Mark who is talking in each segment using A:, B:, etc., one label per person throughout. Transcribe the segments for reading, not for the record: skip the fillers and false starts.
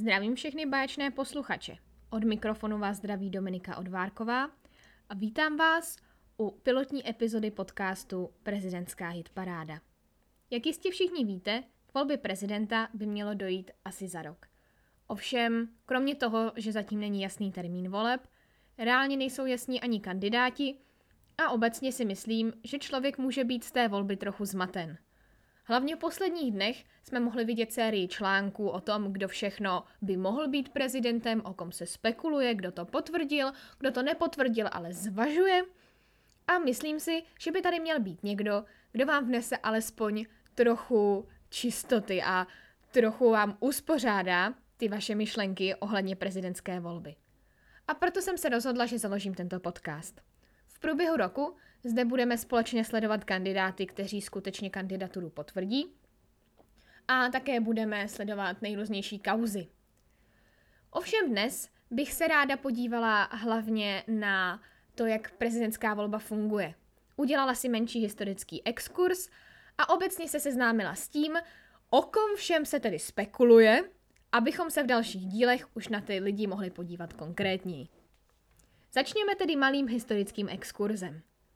A: Zdravím všechny báječné posluchače. Od mikrofonu vás zdraví Dominika Odvárková a vítám vás u pilotní epizody podcastu Prezidentská hitparáda. Jak jistě všichni víte, k volbě prezidenta by mělo dojít asi za rok. Ovšem, kromě toho, že zatím není jasný termín voleb, reálně nejsou jasní ani kandidáti a obecně si myslím, že člověk může být z té volby trochu zmaten. Hlavně v posledních dnech jsme mohli vidět sérii článků o tom, kdo všechno by mohl být prezidentem, o kom se spekuluje, kdo to potvrdil, kdo to nepotvrdil, ale zvažuje. A myslím si, že by tady měl být někdo, kdo vám vnese alespoň trochu čistoty a trochu vám uspořádá ty vaše myšlenky ohledně prezidentské volby. A proto jsem se rozhodla, že založím tento podcast. V průběhu roku zde budeme společně sledovat kandidáty, kteří skutečně kandidaturu potvrdí, a také budeme sledovat nejrůznější kauzy. Ovšem dnes bych se ráda podívala hlavně na to, jak prezidentská volba funguje. Udělala si menší historický exkurs a obecně se seznámila s tím, o kom všem se tedy spekuluje, abychom se v dalších dílech už na ty lidi mohli podívat konkrétněji. Začněme tedy malým historickým exkurzem.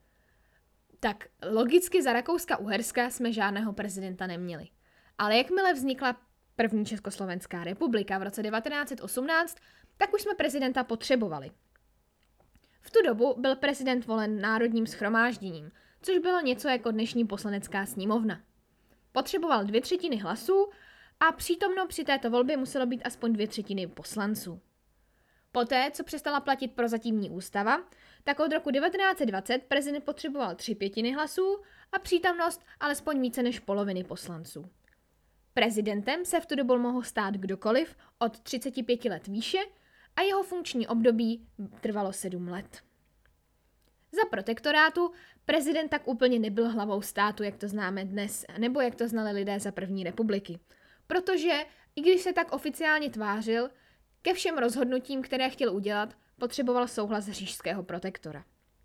A: Tak logicky za Rakouska-Uherska jsme žádného prezidenta neměli. Ale jakmile vznikla první Československá republika v roce 1918, tak už jsme prezidenta potřebovali. V tu dobu byl prezident volen národním shromážděním, což bylo něco jako dnešní poslanecká sněmovna. Potřeboval 2/3 hlasů a přítomno při této volbě muselo být aspoň 2/3 poslanců. Poté, co přestala platit prozatímní ústava, tak od roku 1920 prezident potřeboval 3/5 hlasů a přítomnost alespoň více než poloviny poslanců. Prezidentem se v tu dobu mohl stát kdokoliv od 35 let výše a jeho funkční období trvalo 7 let. Za protektorátu prezident tak úplně nebyl hlavou státu, jak to známe dnes, nebo jak to znali lidé za první republiky. Protože, i když se tak oficiálně tvářil, ke všem rozhodnutím, které chtěl udělat, potřeboval souhlas říšského protektora.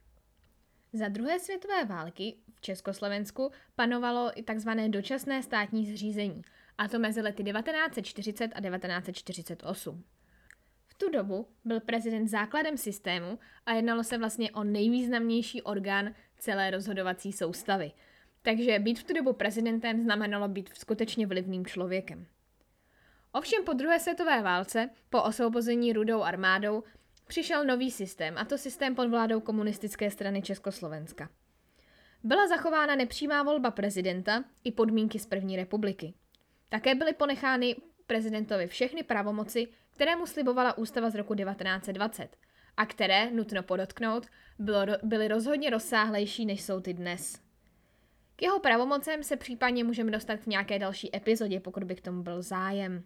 A: Za druhé světové války v Československu panovalo i tzv. Dočasné státní zřízení, a to mezi lety 1940 a 1948. V tu dobu byl prezident základem systému a jednalo se vlastně o nejvýznamnější orgán celé rozhodovací soustavy. Takže být v tu dobu prezidentem znamenalo být skutečně vlivným člověkem. Ovšem po druhé světové válce, po osvobození Rudou armádou, přišel nový systém, a to systém pod vládou Komunistické strany Československa. Byla zachována nepřímá volba prezidenta i podmínky z první republiky. Také byly ponechány prezidentovi všechny pravomoci, které mu slibovala ústava z roku 1920 a které, nutno podotknout, byly rozhodně rozsáhlejší, než jsou ty dnes. K jeho pravomocem se případně můžeme dostat v nějaké další epizodě, pokud by k tomu byl zájem.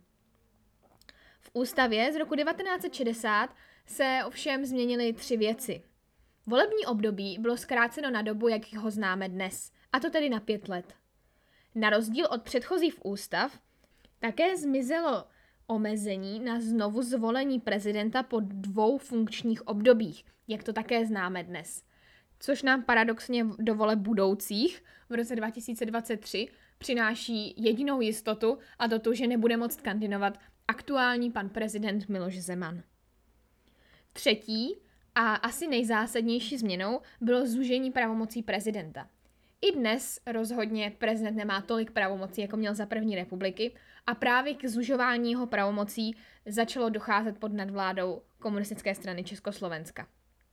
A: V ústavě z roku 1960 se ovšem změnily 3 věci. Volební období bylo zkráceno na dobu, jak ho známe dnes, a to tedy na 5 let. Na rozdíl od předchozích ústav také zmizelo omezení na znovu zvolení prezidenta po 2 funkčních obdobích, jak to také známe dnes. Což nám paradoxně do voleb budoucích v roce 2023 přináší jedinou jistotu, a to, že nebude moct kandidovat aktuální pan prezident Miloš Zeman. Třetí a asi nejzásadnější změnou bylo zúžení pravomocí prezidenta. I dnes rozhodně prezident nemá tolik pravomocí, jako měl za první republiky, a právě k zužování jeho pravomocí začalo docházet pod nadvládou Komunistické strany Československa.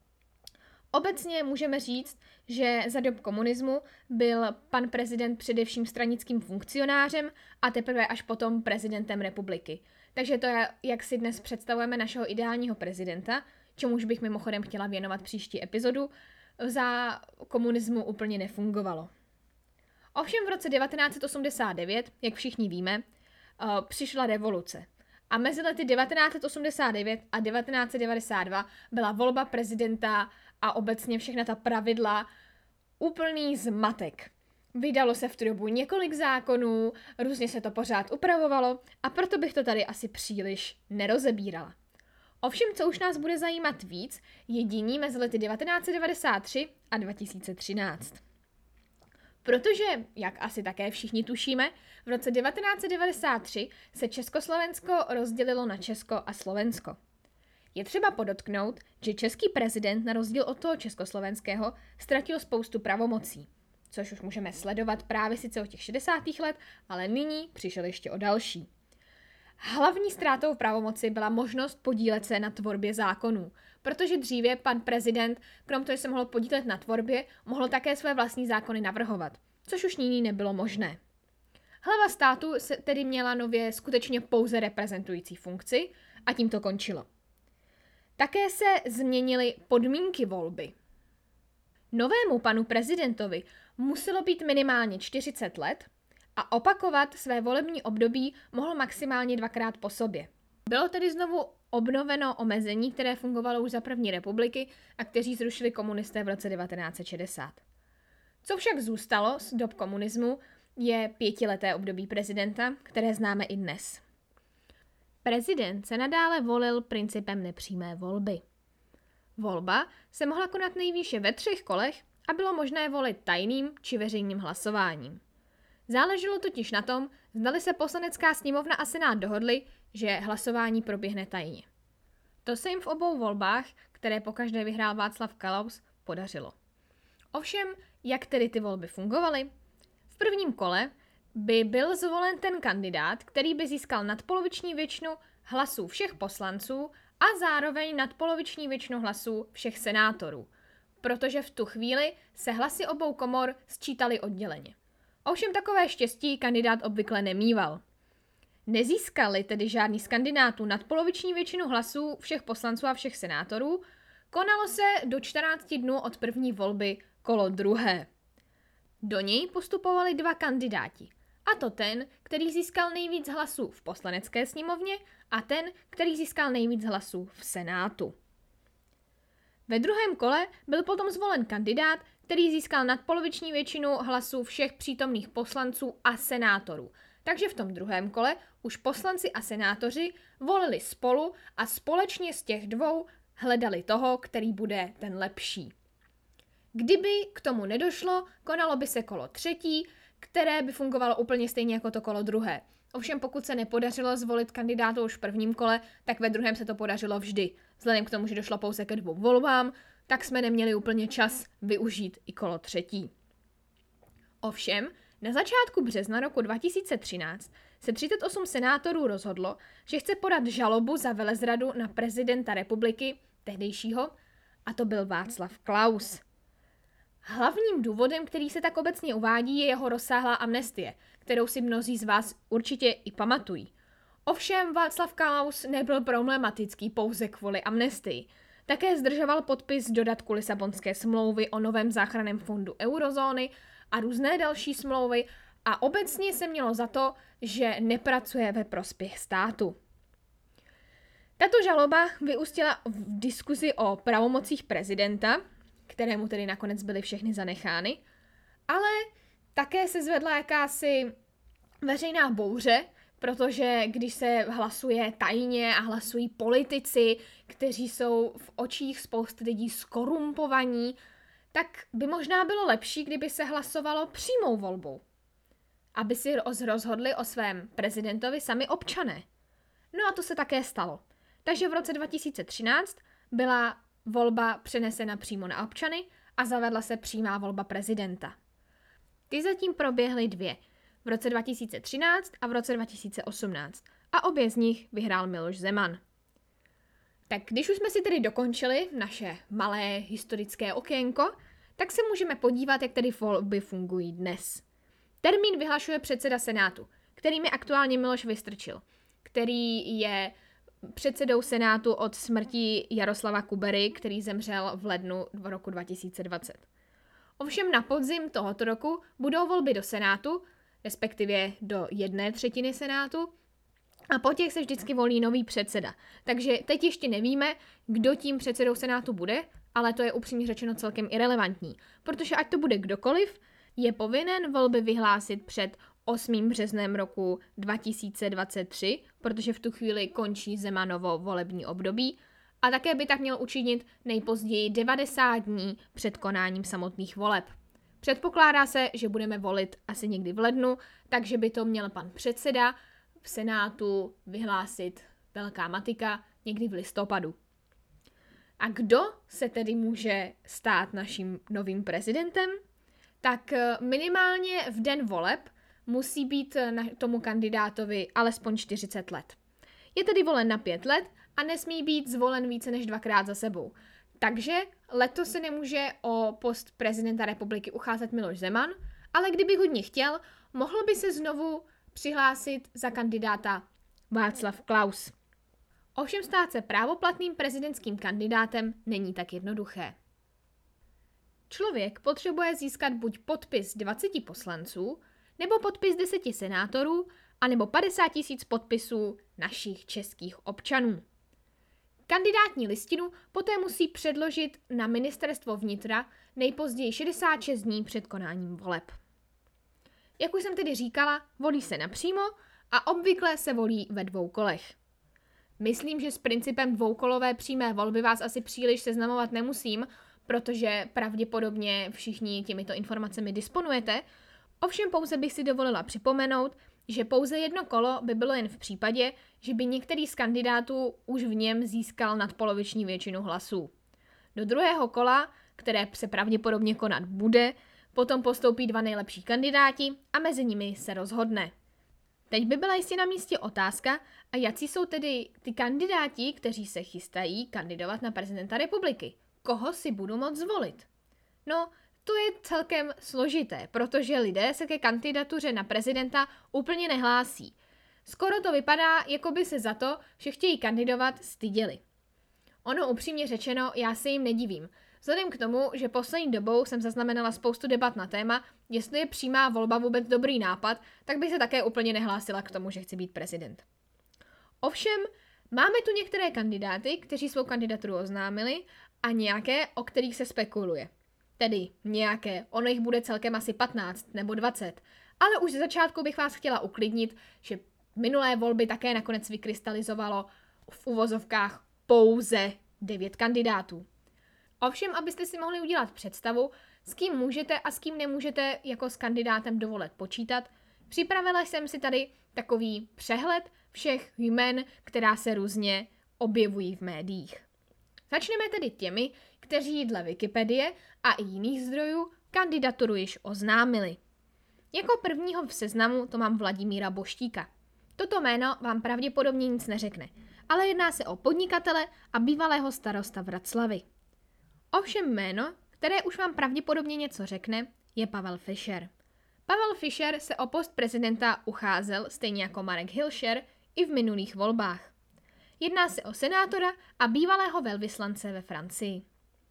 A: Obecně můžeme říct, že za dob komunismu byl pan prezident především stranickým funkcionářem a teprve až potom prezidentem republiky. Takže to je, jak si dnes představujeme našeho ideálního prezidenta, čemuž bych mimochodem chtěla věnovat příští epizodu, za komunismu úplně nefungovalo. Ovšem v roce 1989, jak všichni víme, přišla revoluce. A mezi lety 1989 a 1992 byla volba prezidenta a obecně všechna ta pravidla úplný zmatek. Vydalo se v tu dobu několik zákonů, různě se to pořád upravovalo a proto bych to tady asi příliš nerozebírala. Ovšem, co už nás bude zajímat víc, je dění mezi lety 1993 a 2013. Protože, jak asi také všichni tušíme, v roce 1993 se Československo rozdělilo na Česko a Slovensko. Je třeba podotknout, že český prezident na rozdíl od toho československého ztratil spoustu pravomocí, což už můžeme sledovat právě sice od těch 60. let, ale nyní přišel ještě o další. Hlavní ztrátou pravomoci byla možnost podílet se na tvorbě zákonů, protože dříve pan prezident, krom toho, že se mohl podílet na tvorbě, mohl také své vlastní zákony navrhovat, což už nyní nebylo možné. Hlava státu se tedy měla nově skutečně pouze reprezentující funkci a tím to končilo. Také se změnily podmínky volby. Novému panu prezidentovi muselo být minimálně 40 let a opakovat své volební období mohl maximálně 2krát po sobě. Bylo tedy znovu obnoveno omezení, které fungovalo už za první republiky a kteří zrušili komunisté v roce 1960. Co však zůstalo z dob komunismu, je 5leté období prezidenta, které známe i dnes. Prezident se nadále volil principem nepřímé volby. Volba se mohla konat nejvýše ve 3 kolech a bylo možné volit tajným či veřejným hlasováním. Záleželo totiž na tom, zdali se poslanecká sněmovna a senát dohodli, že hlasování proběhne tajně. To se jim v obou volbách, které pokaždé vyhrál Václav Klaus, podařilo. Ovšem, jak tedy ty volby fungovaly? V prvním kole by byl zvolen ten kandidát, který by získal nadpoloviční většinu hlasů všech poslanců a zároveň nadpoloviční většinu hlasů všech senátorů, protože v tu chvíli se hlasy obou komor sčítaly odděleně. Ovšem takové štěstí kandidát obvykle nemíval. Nezískali tedy žádný z kandidátů nadpoloviční většinu hlasů všech poslanců a všech senátorů, konalo se do 14 dnů od první volby kolo druhé. Do něj postupovali 2 kandidáti, a to ten, který získal nejvíc hlasů v poslanecké sněmovně a ten, který získal nejvíc hlasů v senátu. Ve druhém kole byl potom zvolen kandidát, který získal nadpoloviční většinu hlasů všech přítomných poslanců a senátorů. Takže v tom druhém kole už poslanci a senátoři volili spolu a společně z těch 2 hledali toho, který bude ten lepší. Kdyby k tomu nedošlo, konalo by se kolo 3, které by fungovalo úplně stejně jako to kolo druhé. Ovšem pokud se nepodařilo zvolit kandidáta už v prvním kole, tak ve druhém se to podařilo vždy. Vzhledem k tomu, že došlo pouze ke 2 volbám, tak jsme neměli úplně čas využít i kolo 3. Ovšem, na začátku března roku 2013 se 38 senátorů rozhodlo, že chce podat žalobu za velezradu na prezidenta republiky, tehdejšího, a to byl Václav Klaus. Hlavním důvodem, který se tak obecně uvádí, je jeho rozsáhlá amnestie, kterou si mnozí z vás určitě i pamatují. Ovšem Václav Klaus nebyl problematický pouze kvůli amnestii. Také zdržoval podpis dodatku Lisabonské smlouvy o novém záchranném fondu eurozóny a různé další smlouvy a obecně se mělo za to, že nepracuje ve prospěch státu. Tato žaloba vyústila v diskuzi o pravomocích prezidenta, kterému tedy nakonec byly všechny zanechány, ale také se zvedla jakási veřejná bouře, protože když se hlasuje tajně a hlasují politici, kteří jsou v očích spousty lidí skorumpovaní, tak by možná bylo lepší, kdyby se hlasovalo přímou volbou, aby si rozhodli o svém prezidentovi sami občané. No a to se také stalo. Takže v roce 2013 byla volba přenesena přímo na občany a zavedla se přímá volba prezidenta. Ty zatím proběhly 2, v roce 2013 a v roce 2018 a obě z nich vyhrál Miloš Zeman. Tak když už jsme si tedy dokončili naše malé historické okénko, tak se můžeme podívat, jak tedy volby fungují dnes. Termín vyhlašuje předseda Senátu, kterým je aktuálně Miloš Vystrčil, který je předsedou Senátu od smrti Jaroslava Kubery, který zemřel v lednu roku 2020. Ovšem na podzim tohoto roku budou volby do Senátu, respektive do 1/3 Senátu, a po těch se vždycky volí nový předseda. Takže teď ještě nevíme, kdo tím předsedou Senátu bude, ale to je upřímně řečeno celkem irelevantní, protože ať to bude kdokoliv, je povinen volby vyhlásit před 8. březnem roku 2023, protože v tu chvíli končí Zemanovo volební období, a také by tak měl učinit nejpozději 90 dní před konáním samotných voleb. Předpokládá se, že budeme volit asi někdy v lednu, takže by to měl pan předseda v Senátu vyhlásit velká matika někdy v listopadu. A kdo se tedy může stát naším novým prezidentem? Tak minimálně v den voleb musí být tomu kandidátovi alespoň 40 let. Je tedy volen na 5 let a nesmí být zvolen více než 2krát za sebou. Takže letos se nemůže o post prezidenta republiky ucházet Miloš Zeman, ale kdyby hodně chtěl, mohl by se znovu přihlásit za kandidáta Václav Klaus. Ovšem stát se právoplatným prezidentským kandidátem není tak jednoduché. Člověk potřebuje získat buď podpis 20 poslanců, nebo podpis 10 senátorů, anebo 50 000 podpisů našich českých občanů. Kandidátní listinu poté musí předložit na ministerstvo vnitra nejpozději 66 dní před konáním voleb. Jak už jsem tedy říkala, volí se napřímo a obvykle se volí ve 2 kolech. Myslím, že s principem dvoukolové přímé volby vás asi příliš seznamovat nemusím, protože pravděpodobně všichni těmito informacemi disponujete. Ovšem pouze bych si dovolila připomenout, že pouze 1 kolo by bylo jen v případě, že by některý z kandidátů už v něm získal nadpoloviční většinu hlasů. Do 2. kola, které se pravděpodobně konat bude, potom postoupí 2 nejlepší kandidáti a mezi nimi se rozhodne. Teď by byla jistě na místě otázka, a jací jsou tedy ty kandidáti, kteří se chystají kandidovat na prezidenta republiky? Koho si budu moct zvolit? No, to je celkem složité, protože lidé se ke kandidatuře na prezidenta úplně nehlásí. Skoro to vypadá, jako by se za to, že chtějí kandidovat, styděli. Ono upřímně řečeno, já se jim nedivím. Vzhledem k tomu, že poslední dobou jsem zaznamenala spoustu debat na téma, jestli je přímá volba vůbec dobrý nápad, tak bych se také úplně nehlásila k tomu, že chci být prezident. Ovšem, máme tu některé kandidáty, kteří svou kandidaturu oznámili a nějaké, o kterých se spekuluje. Tedy nějaké, ono jich bude celkem asi 15 nebo 20, ale už ze začátku bych vás chtěla uklidnit, že minulé volby také nakonec vykrystalizovalo v uvozovkách pouze 9 kandidátů. Ovšem, abyste si mohli udělat představu, s kým můžete a s kým nemůžete jako s kandidátem do voleb počítat, připravila jsem si tady takový přehled všech jmen, která se různě objevují v médiích. Začneme tedy těmi, kteří dle Wikipedie a i jiných zdrojů kandidaturu již oznámili. Jako prvního v seznamu to mám Vladimíra Boštíka. Toto jméno vám pravděpodobně nic neřekne, ale jedná se o podnikatele a bývalého starosta Vraclavy. Ovšem jméno, které už vám pravděpodobně něco řekne, je Pavel Fischer. Pavel Fischer se o post prezidenta ucházel stejně jako Marek Hilšer i v minulých volbách. Jedná se o senátora a bývalého velvyslance ve Francii.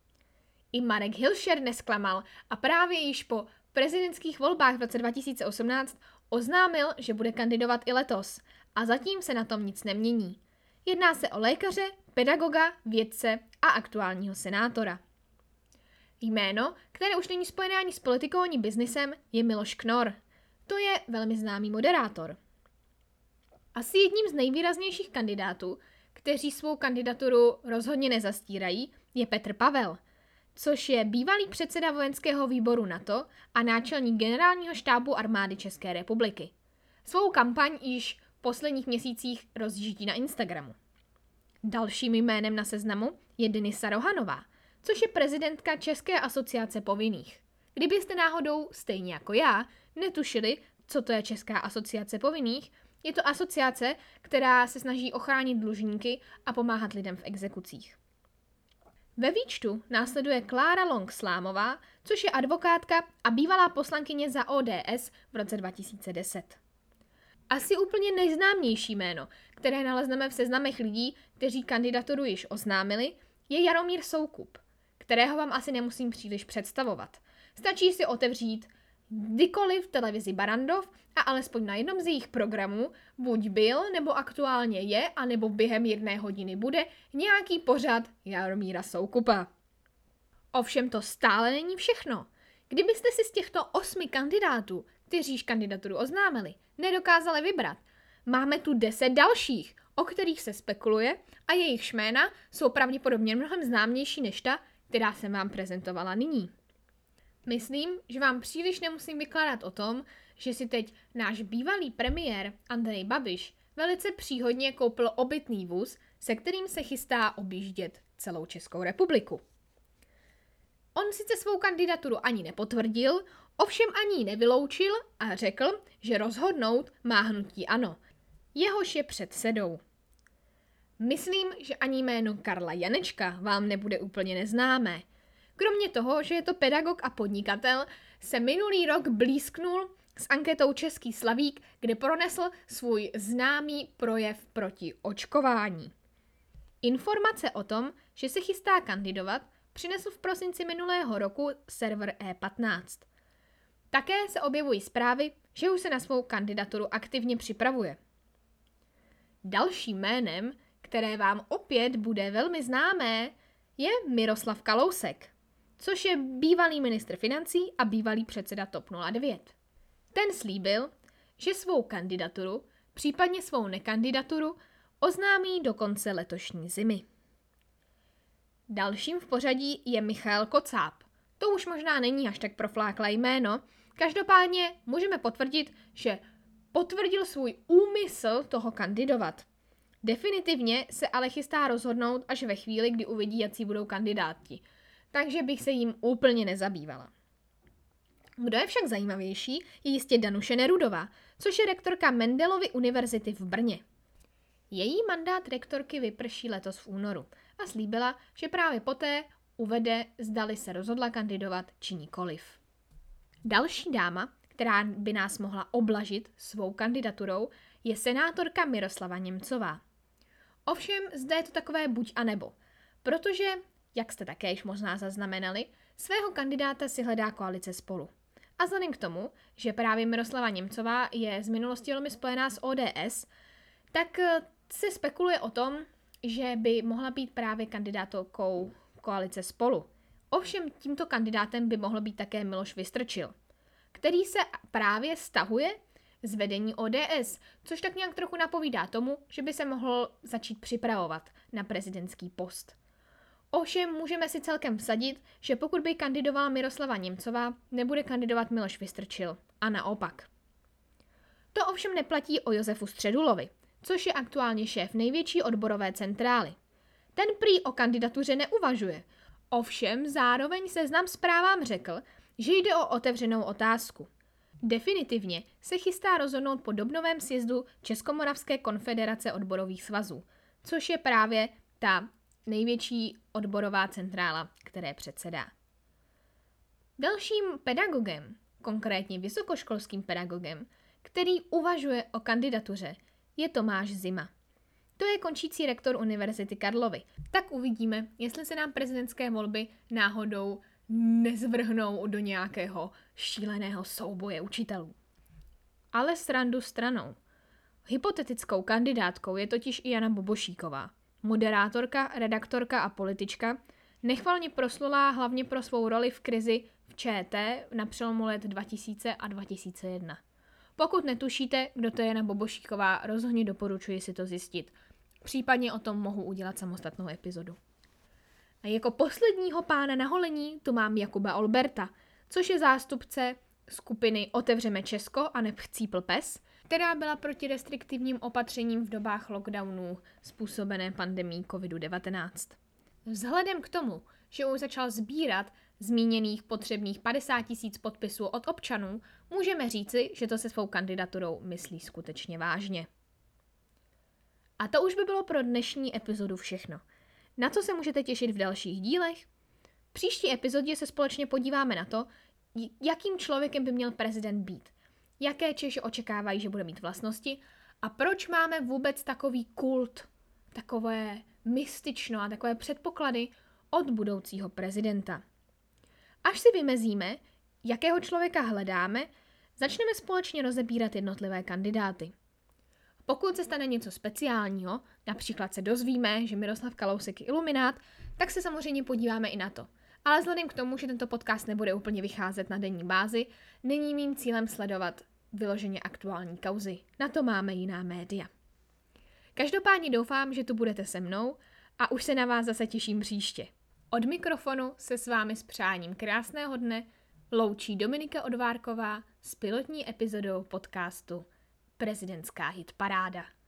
A: I Marek Hilšer nesklamal a právě již po prezidentských volbách v roce 2018 oznámil, že bude kandidovat i letos a zatím se na tom nic nemění. Jedná se o lékaře, pedagoga, vědce a aktuálního senátora. Jméno, které už není spojené ani s politikou, ani biznisem, je Miloš Knor. To je velmi známý moderátor. Asi jedním z nejvýraznějších kandidátů, kteří svou kandidaturu rozhodně nezastírají, je Petr Pavel, což je bývalý předseda vojenského výboru NATO a náčelník generálního štábu armády České republiky. Svou kampaň již v posledních měsících rozjíždí na Instagramu. Dalším jménem na seznamu je Denisa Rohanová, což je prezidentka České asociace povinných. Kdybyste náhodou, stejně jako já, netušili, co to je Česká asociace povinných, je to asociace, která se snaží ochránit dlužníky a pomáhat lidem v exekucích. Ve výčtu následuje Klára Long-Slámová, což je advokátka a bývalá poslankyně za ODS v roce 2010. Asi úplně nejznámější jméno, které nalezneme v seznamech lidí, kteří kandidaturu již oznámili, je Jaromír Soukup, kterého vám asi nemusím příliš představovat. Stačí si otevřít kdykoliv v televizi Barrandov a alespoň na jednom z jejich programů buď byl, nebo aktuálně je, anebo během 1 hodiny bude nějaký pořad Jaromíra Soukupa. Ovšem to stále není všechno. Kdybyste si z těchto 8 kandidátů, kteříž kandidaturu oznámili, nedokázali vybrat, máme tu 10 dalších, o kterých se spekuluje a jejich jména jsou pravděpodobně mnohem známější než ta, která jsem vám prezentovala nyní. Myslím, že vám příliš nemusím vykládat o tom, že si teď náš bývalý premiér Andrej Babiš velice příhodně koupil obytný vůz, se kterým se chystá objíždět celou Českou republiku. On sice svou kandidaturu ani nepotvrdil, ovšem ani ji nevyloučil a řekl, že rozhodnout má hnutí ANO. Jehož je předsedou. Myslím, že ani jméno Karla Janečka vám nebude úplně neznámé. Kromě toho, že je to pedagog a podnikatel, se minulý rok blízknul s anketou Český slavík, kde pronesl svůj známý projev proti očkování. Informace o tom, že se chystá kandidovat, přinesl v prosinci minulého roku server E15. Také se objevují zprávy, že už se na svou kandidaturu aktivně připravuje. Dalším jménem, které vám opět bude velmi známé, je Miroslav Kalousek, což je bývalý ministr financí a bývalý předseda TOP 09. Ten slíbil, že svou kandidaturu, případně svou nekandidaturu, oznámí do konce letošní zimy. Dalším v pořadí je Michael Kocáb. To už možná není až tak profláklé jméno, každopádně můžeme potvrdit, že potvrdil svůj úmysl toho kandidovat. Definitivně se ale chystá rozhodnout až ve chvíli, kdy uvidí, jací budou kandidáti. Takže bych se jim úplně nezabývala. Kdo je však zajímavější, je jistě Danuše Nerudová, což je rektorka Mendelovy univerzity v Brně. Její mandát rektorky vyprší letos v únoru a slíbila, že právě poté uvede, zdali se rozhodla kandidovat či nikoliv. Další dáma, která by nás mohla oblažit svou kandidaturou, je senátorka Miroslava Němcová. Ovšem zde je to takové buď a nebo, protože, jak jste také již možná zaznamenali, svého kandidáta si hledá koalice Spolu. A vzhledem k tomu, že právě Miroslava Němcová je z minulosti velmi spojená s ODS, tak se spekuluje o tom, že by mohla být právě kandidátkou koalice Spolu. Ovšem tímto kandidátem by mohl být také Miloš Vystrčil, který se právě stahuje z vedení ODS, což tak nějak trochu napovídá tomu, že by se mohl začít připravovat na prezidentský post. Ovšem můžeme si celkem vsadit, že pokud by kandidovala Miroslava Němcová, nebude kandidovat Miloš Vystrčil a naopak. To ovšem neplatí o Josefu Středulovi, což je aktuálně šéf největší odborové centrály. Ten prý o kandidatuře neuvažuje, ovšem zároveň Seznam Zprávám řekl, že jde o otevřenou otázku. Definitivně se chystá rozhodnout po dubnovém sjezdu Českomoravské konfederace odborových svazů, což je právě ta největší odborová centrála, které předsedá. Dalším pedagogem, konkrétně vysokoškolským pedagogem, který uvažuje o kandidatuře, je Tomáš Zima. To je končící rektor Univerzity Karlovy. Tak uvidíme, jestli se nám prezidentské volby náhodou nezvrhnou do nějakého šíleného souboje učitelů. Ale srandu stranou. Hypotetickou kandidátkou je totiž i Jana Bobošíková, moderátorka, redaktorka a politička, nechvalně proslulá hlavně pro svou roli v krizi v ČT na přelomu let 2000 a 2001. Pokud netušíte, kdo to je Jana Bobošíková, rozhodně doporučuji si to zjistit. Případně o tom mohu udělat samostatnou epizodu. A jako posledního pána na holení tu mám Jakuba Olberta, což je zástupce skupiny Otevřeme Česko a neb Chcípl pes, která byla proti restriktivním opatřením v dobách lockdownů způsobené pandemií COVID-19. Vzhledem k tomu, že už začal sbírat zmíněných potřebných 50 000 podpisů od občanů, můžeme říci, že to se svou kandidaturou myslí skutečně vážně. A to už by bylo pro dnešní epizodu všechno. Na co se můžete těšit v dalších dílech? V příští epizodě se společně podíváme na to, jakým člověkem by měl prezident být, jaké Češi očekávají, že bude mít vlastnosti a proč máme vůbec takový kult, takové mystično a takové předpoklady od budoucího prezidenta. Až si vymezíme, jakého člověka hledáme, začneme společně rozebírat jednotlivé kandidáty. Pokud se stane něco speciálního, například se dozvíme, že Miroslav Kalousek je iluminát, tak se samozřejmě podíváme i na to. Ale vzhledem k tomu, že tento podcast nebude úplně vycházet na denní bázi, není mým cílem sledovat vyloženě aktuální kauzy. Na to máme jiná média. Každopádně doufám, že tu budete se mnou a už se na vás zase těším příště. Od mikrofonu se s vámi s přáním krásného dne loučí Dominika Odvárková s pilotní epizodou podcastu Prezidentská hitparáda.